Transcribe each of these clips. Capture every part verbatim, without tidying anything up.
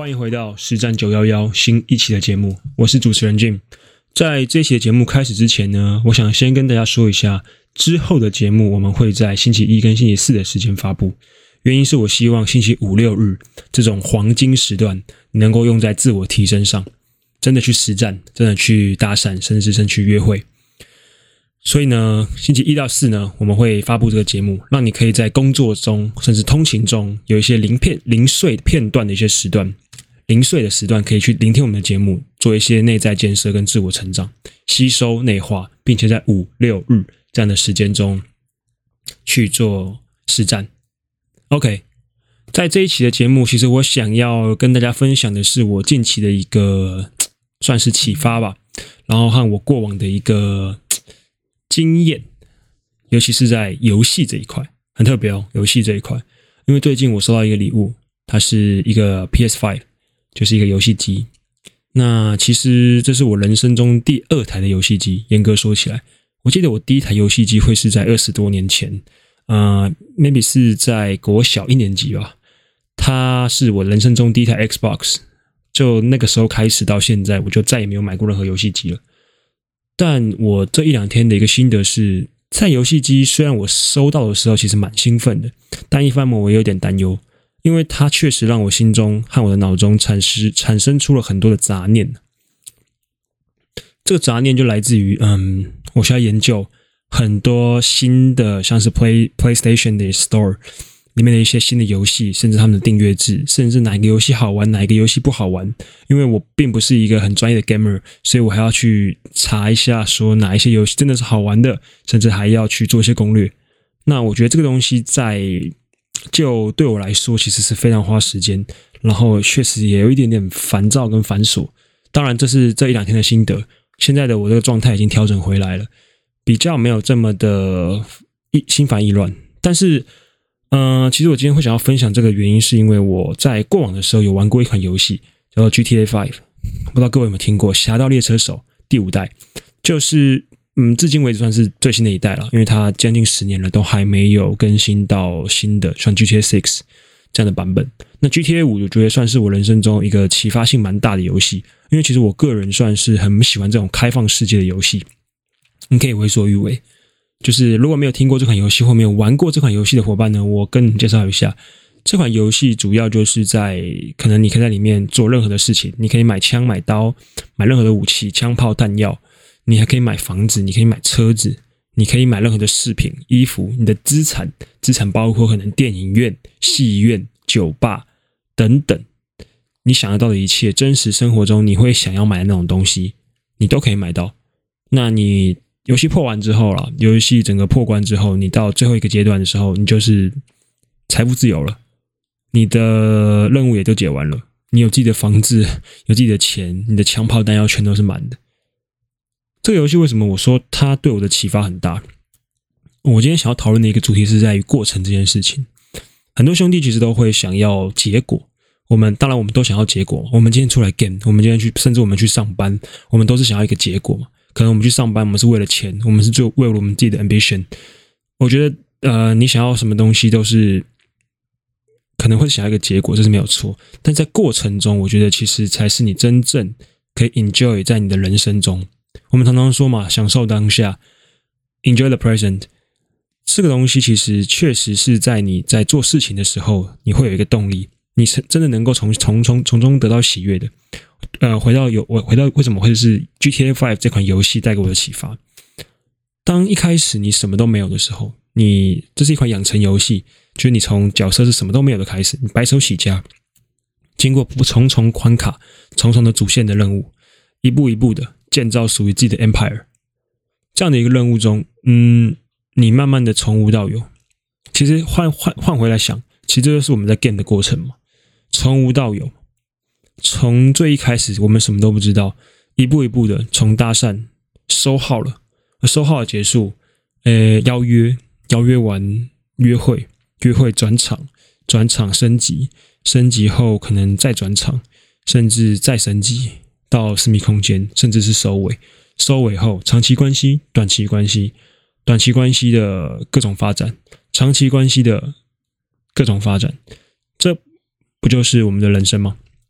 欢迎回到实战九一一新一期的节目，我是主持人 Jim。在这期的节目开始之前呢，我想先跟大家说一下，之后的节目我们会在星期一跟星期四的时间发布。原因是我希望星期五六日这种黄金时段能够用在自我提升上，真的去实战，真的去搭讪，甚至是去约会。所以呢，星期一到四呢，我们会发布这个节目，让你可以在工作中甚至通勤中有一些零片零碎片段的一些时段，零碎的时段可以去聆听我们的节目，做一些内在建设跟自我成长，吸收内化，并且在五六日这样的时间中去做实战。OK， 在这一期的节目，其实我想要跟大家分享的是我近期的一个算是启发吧，然后和我过往的一个经验，尤其是在游戏这一块，很特别哦，游戏这一块，因为最近我收到一个礼物，它是一个 P S 五， 就是一个游戏机。那其实这是我人生中第二台的游戏机，严格说起来，我记得我第一台游戏机会是在二十多年前。呃 maybe 是在国小一年级吧，它是我人生中第一台 Xbox， 就那个时候开始到现在，我就再也没有买过任何游戏机了。但我这一两天的一个心得是，在游戏机虽然我收到的时候其实蛮兴奋的，但一方面我也有点担忧，因为它确实让我心中和我的脑中产生产生出了很多的杂念。这个杂念就来自于，嗯，我需要研究很多新的，像是 Play PlayStation 的 Store 里面的一些新的游戏，甚至他们的订阅制，甚至哪一个游戏好玩，哪一个游戏不好玩。因为我并不是一个很专业的 gamer， 所以我还要去查一下说哪一些游戏真的是好玩的，甚至还要去做一些攻略。那我觉得这个东西在就对我来说其实是非常花时间，然后确实也有一点点烦躁跟繁琐。当然这是这一两天的心得，现在的我这个状态已经调整回来了，比较没有这么的心烦意乱。但是呃，其实我今天会想要分享这个原因是因为我在过往的时候有玩过一款游戏叫做 G T A 五， 不知道各位有没有听过，侠盗猎车手第五代，就是嗯，至今为止算是最新的一代了，因为它将近十年了都还没有更新到新的像 G T A 六这样的版本。那 G T A 五我觉得算是我人生中一个启发性蛮大的游戏，因为其实我个人算是很喜欢这种开放世界的游戏，你可以为所欲为。就是如果没有听过这款游戏或没有玩过这款游戏的伙伴呢，我跟你介绍一下，这款游戏主要就是在可能你可以在里面做任何的事情，你可以买枪买刀买任何的武器枪炮弹药，你还可以买房子，你可以买车子，你可以买任何的饰品衣服，你的资产资产包括可能电影院戏院酒吧等等，你想得到的一切真实生活中你会想要买的那种东西你都可以买到。那你游戏破完之后啦，游戏整个破关之后，你到最后一个阶段的时候，你就是财富自由了，你的任务也都解完了，你有自己的房子，有自己的钱，你的枪炮弹药全都是满的。这个游戏为什么我说它对我的启发很大？我今天想要讨论的一个主题是在于过程这件事情。很多兄弟其实都会想要结果，我们当然我们都想要结果，我们今天出来 game， 我们今天去，甚至我们去上班，我们都是想要一个结果嘛。可能我们去上班，我们是为了钱，我们是做为了我们自己的 ambition。我觉得，呃，你想要什么东西都是可能会想要一个结果，这是没有错。但在过程中，我觉得其实才是你真正可以 enjoy 在你的人生中。我们常常说嘛，享受当下 ，enjoy the present。这个东西其实确实是在你在做事情的时候，你会有一个动力，你真的能够从从从从中得到喜悦的。呃，回到有我回到为什么会是 G T A 五 这款游戏带给我的启发。当一开始你什么都没有的时候，你这是一款养成游戏，就是你从角色是什么都没有的开始，你白手起家，经过重重关卡、重重的主线的任务，一步一步的建造属于自己的 empire。这样的一个任务中，嗯，你慢慢的从无到有。其实换换换回来想，其实这就是我们在 game 的过程嘛，从无到有。从最一开始我们什么都不知道，一步一步的从搭讪收号了，收号的结束，呃，邀约，邀约完约会，约会转场，转场升级，升级后可能再转场，甚至再升级到私密空间，甚至是收尾，收尾后长期关系、短期关系，短期关系的各种发展，长期关系的各种发展，这不就是我们的人生吗？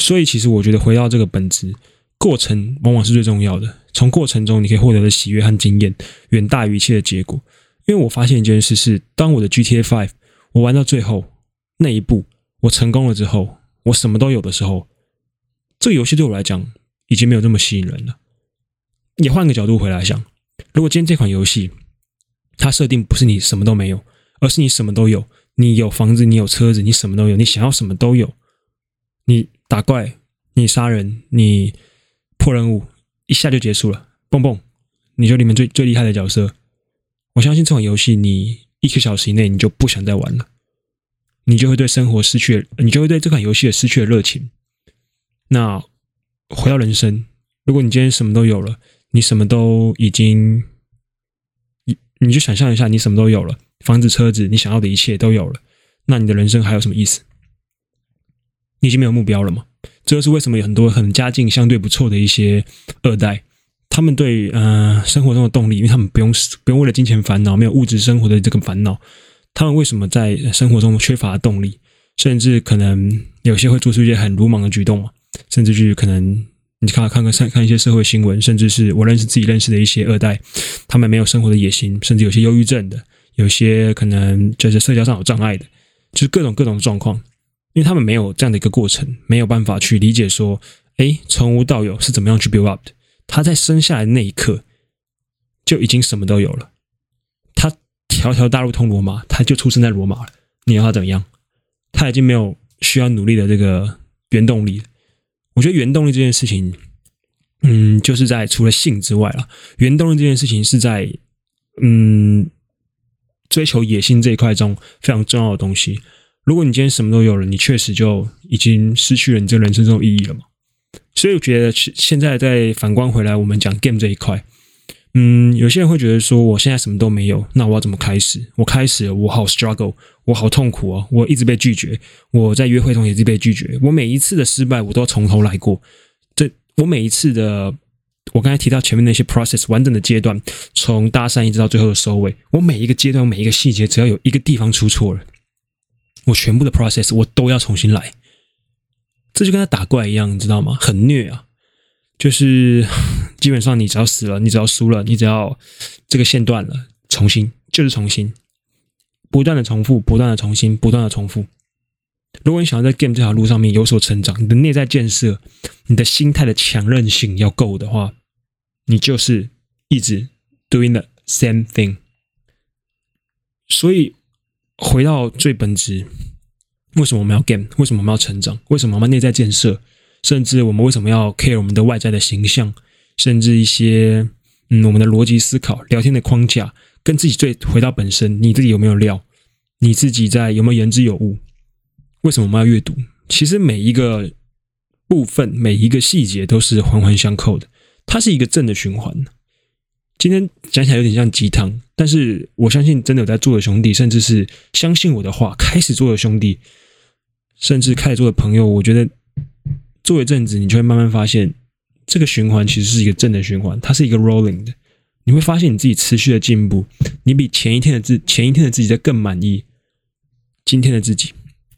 所以其实我觉得回到这个本质，过程往往是最重要的。从过程中你可以获得的喜悦和经验，远大于一切的结果。因为我发现一件事是，当我的 G T A 五 我玩到最后那一步，我成功了之后，我什么都有的时候，这个游戏对我来讲已经没有这么吸引人了。也换个角度回来想，如果今天这款游戏它设定不是你什么都没有，而是你什么都有，你有房子，你有车子，你什么都有，你想要什么都有，你打怪，你杀人，你破任务，一下就结束了，蹦蹦，你就里面最最厉害的角色。我相信这款游戏你一个小时以内你就不想再玩了，你就会对生活失去，你就会对这款游戏的失去了热情。那回到人生，如果你今天什么都有了，你什么都已经，你就想象一下，你什么都有了，房子、车子，你想要的一切都有了，那你的人生还有什么意思？你已经没有目标了嘛？这就是为什么有很多很家境相对不错的一些二代，他们对呃生活中的动力，因为他们不用不用为了金钱烦恼，没有物质生活的这个烦恼，他们为什么在生活中缺乏动力，甚至可能有些会做出一些很鲁莽的举动嘛，甚至去可能你看看看看一些社会新闻，甚至是我认识自己认识的一些二代，他们没有生活的野心，甚至有些忧郁症的，有些可能就是社交上有障碍的，就是各种各种的状况。因为他们没有这样的一个过程，没有办法去理解说，诶，从无到有是怎么样去 build up 的。他在生下来的那一刻就已经什么都有了，他条条大路通罗马，他就出生在罗马了，你要他怎么样？他已经没有需要努力的这个原动力了。我觉得原动力这件事情，嗯，就是在除了性之外啦，原动力这件事情是在嗯追求野心这一块中非常重要的东西。如果你今天什么都有了，你确实就已经失去了你这人生中的意义了嘛。所以我觉得现在再反观回来，我们讲 game 这一块，嗯，有些人会觉得说，我现在什么都没有，那我要怎么开始？我开始了，我好 struggle， 我好痛苦啊，我一直被拒绝，我在约会中也是被拒绝，我每一次的失败我都要从头来过。这我每一次的，我刚才提到前面那些 process 完整的阶段，从搭讪一直到最后的收尾，我每一个阶段每一个细节，只要有一个地方出错了，我全部的 process 我都要重新来。这就跟他打怪一样，你知道吗？很虐啊！就是基本上你只要死了，你只要输了，你只要这个线断了，重新就是重新，不断的重复，不断的重新，不断的重复。如果你想要在 game 这条路上面有所成长，你的内在建设，你的心态的强韧性要够的话，你就是一直 doing the same thing。所以回到最本质，为什么我们要 game？ 为什么我们要成长？为什么我们要内在建设？甚至我们为什么要 care 我们的外在的形象？甚至一些嗯我们的逻辑思考、聊天的框架，跟自己最回到本身，你自己有没有料？你自己在有没有言之有物？为什么我们要阅读？其实每一个部分、每一个细节都是环环相扣的，它是一个正的循环。今天讲起来有点像鸡汤，但是我相信真的有在做的兄弟，甚至是相信我的话开始做的兄弟，甚至开始做的朋友，我觉得做一阵子你就会慢慢发现这个循环其实是一个正的循环，它是一个 rolling 的。你会发现你自己持续的进步，你比前一天的自前一天的自己在更满意今天的自己。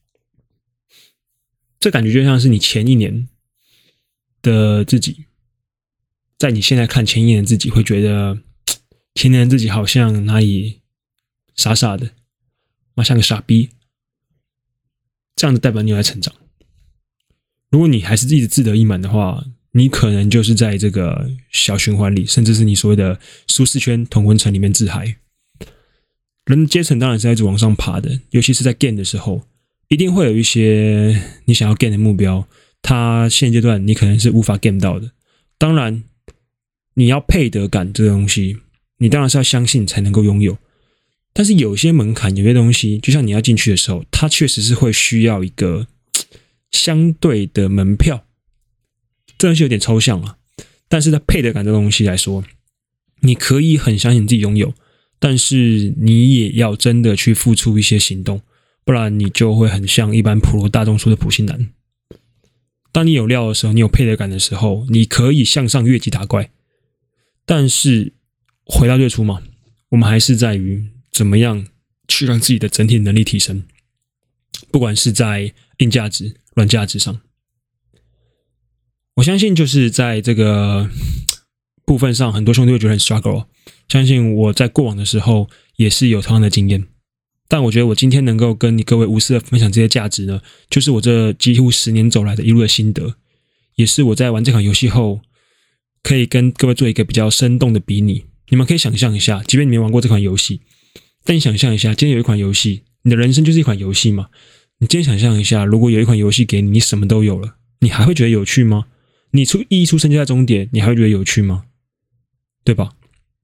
这感觉就像是你前一年的自己，在你现在看前一年的自己，会觉得前年的自己好像哪里傻傻的，妈像个傻逼，这样的代表你有在成长。如果你还是一直自得意满的话，你可能就是在这个小循环里，甚至是你所谓的舒适圈同温层里面自嗨。人的阶层当然是一直往上爬的，尤其是在 gain 的时候，一定会有一些你想要 gain 的目标，它现阶段你可能是无法 gain 到的。当然你要配得感这个东西，你当然是要相信才能够拥有。但是有些门槛，有些东西，就像你要进去的时候，它确实是会需要一个相对的门票。这东西有点抽象啊，但是在配得感这东西来说，你可以很相信自己拥有，但是你也要真的去付出一些行动，不然你就会很像一般普罗大众说的普信男。当你有料的时候，你有配得感的时候，你可以向上越级打怪。但是回到最初嘛，我们还是在于怎么样去让自己的整体能力提升，不管是在硬价值、软价值上。 我相信就是在这个部分上，很多兄弟会觉得很 struggle。相信我在过往的时候也是有同样的经验，但我觉得我今天能够跟你各位无私的分享这些价值呢，就是我这几乎十年走来的一路的心得，也是我在玩这款游戏后可以跟各位做一个比较生动的比拟。你们可以想象一下，即便你没玩过这款游戏，但你想象一下，今天有一款游戏，你的人生就是一款游戏嘛？你今天想象一下，如果有一款游戏给你，你什么都有了，你还会觉得有趣吗？你出一出生就在终点，你还会觉得有趣吗？对吧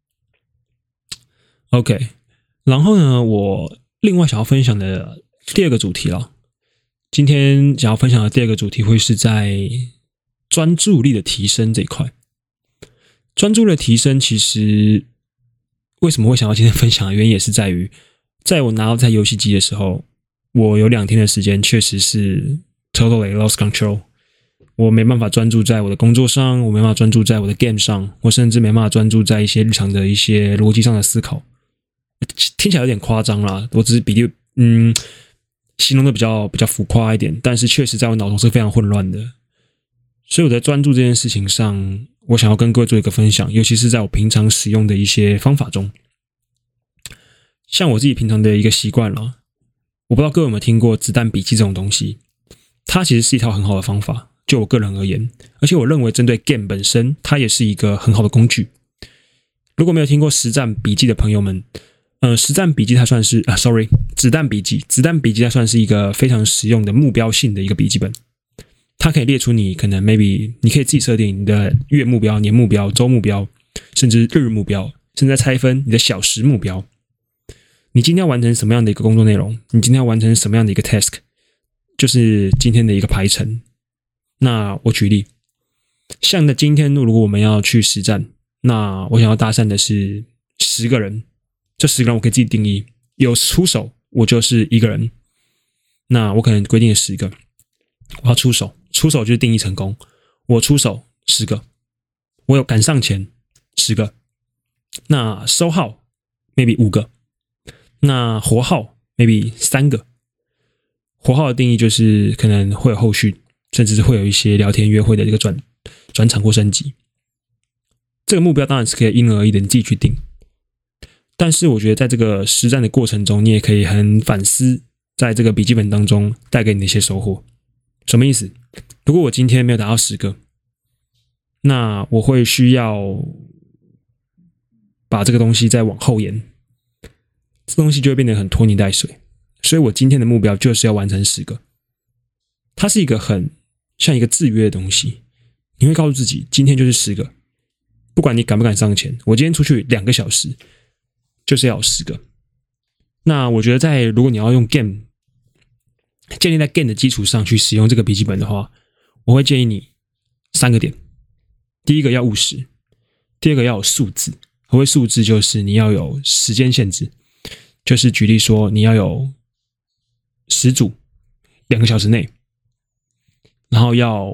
？OK， 然后呢，我另外想要分享的第二个主题了，今天想要分享的第二个主题会是在专注力的提升这一块。专注力的提升，其实为什么会想要今天分享的原因，也是在于，在我拿到这台游戏机的时候，我有两天的时间确实是 totally lost control。我没办法专注在我的工作上，我没办法专注在我的 game 上，我甚至没办法专注在一些日常的一些逻辑上的思考。听起来有点夸张啦，我只是比例嗯形容的比较比较浮夸一点，但是确实在我脑中是非常混乱的。所以我在专注这件事情上，我想要跟各位做一个分享，尤其是在我平常使用的一些方法中。像我自己平常的一个习惯啦，我不知道各位有没有听过子弹笔记这种东西，它其实是一套很好的方法，就我个人而言，而且我认为针对 game 本身，它也是一个很好的工具。如果没有听过实战笔记的朋友们，呃，实战笔记它算是啊 ，sorry， 子弹笔记，子弹笔记它算是一个非常实用的目标性的一个笔记本。它可以列出你可能 maybe 你可以自己设定你的月目标、年目标、周目标，甚至日目标，甚至再拆分你的小时目标。你今天要完成什么样的一个工作内容？你今天要完成什么样的一个 task？ 就是今天的一个排程。那我举例，像在今天如果我们要去实战，那我想要搭讪的是十个人，这十个人我可以自己定义，有出手我就是一个人，那我可能规定了十个，我要出手，出手就是定义成功，我出手十个，我有赶上前十个，那收号 maybe 五个，那活号 maybe 三个。活号的定义就是可能会有后续，甚至是会有一些聊天约会的这个转转场或升级。这个目标当然是可以因人而异的，你自己去定。但是我觉得在这个实战的过程中，你也可以很反思在这个笔记本当中带给你的一些收获。什么意思？如果我今天没有达到十个，那我会需要把这个东西再往后延，这东西就会变得很拖泥带水。所以我今天的目标就是要完成十个。它是一个很像一个制约的东西，你会告诉自己今天就是十个，不管你敢不敢上前，我今天出去两个小时就是要有十个。那我觉得在如果你要用 game 建立在 game 的基础上去使用这个笔记本的话，我会建议你三个点。第一个要务实，第二个要有数字。何谓数字？就是你要有时间限制，就是举例说你要有十组两个小时内，然后要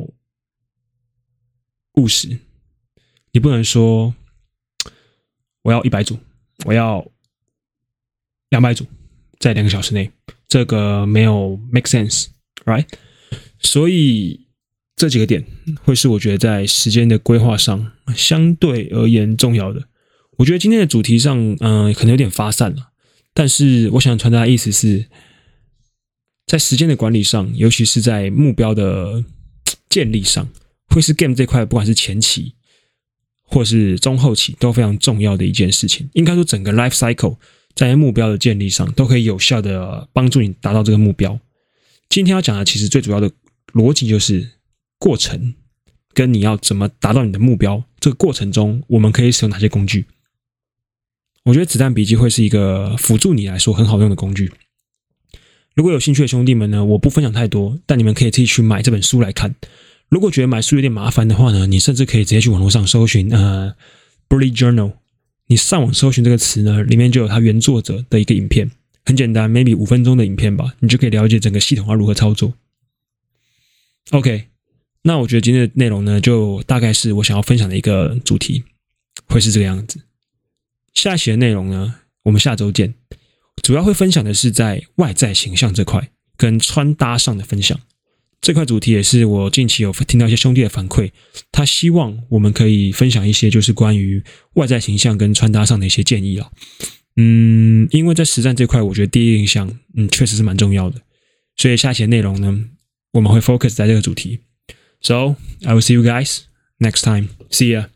务实，你不能说我要一百组，我要两百组在两个小时内，这个没有 make sense right？ 所以这几个点会是我觉得在时间的规划上相对而言重要的。我觉得今天的主题上嗯、呃，可能有点发散了，但是我想传达的意思是在时间的管理上，尤其是在目标的建立上，会是 game 这块不管是前期或是中后期都非常重要的一件事情。应该说整个 life cycle 在目标的建立上都可以有效的帮助你达到这个目标。今天要讲的其实最主要的逻辑就是过程跟你要怎么达到你的目标，这个过程中我们可以使用哪些工具。我觉得子弹笔记会是一个辅助你来说很好用的工具。如果有兴趣的兄弟们呢，我不分享太多，但你们可以自己去买这本书来看。如果觉得买书有点麻烦的话呢，你甚至可以直接去网络上搜寻呃 Bullet Journal， 你上网搜寻这个词呢，里面就有他原作者的一个影片，很简单 maybe 五分钟的影片吧，你就可以了解整个系统要如何操作。OK， 那我觉得今天的内容呢，就大概是我想要分享的一个主题，会是这个样子。下一期的内容呢，我们下周见。主要会分享的是在外在形象这块跟穿搭上的分享。 这块主题也是我近期有听到一些兄弟的反馈，他希望我们可以分享一些就是关于外在形象跟穿搭上的一些建议啦。嗯，因为在实战这块，我觉得第一印象，嗯，确实是蛮重要的。所以下期的内容呢，我们会 focus 在这个主题。So I will see you guys next time. See ya.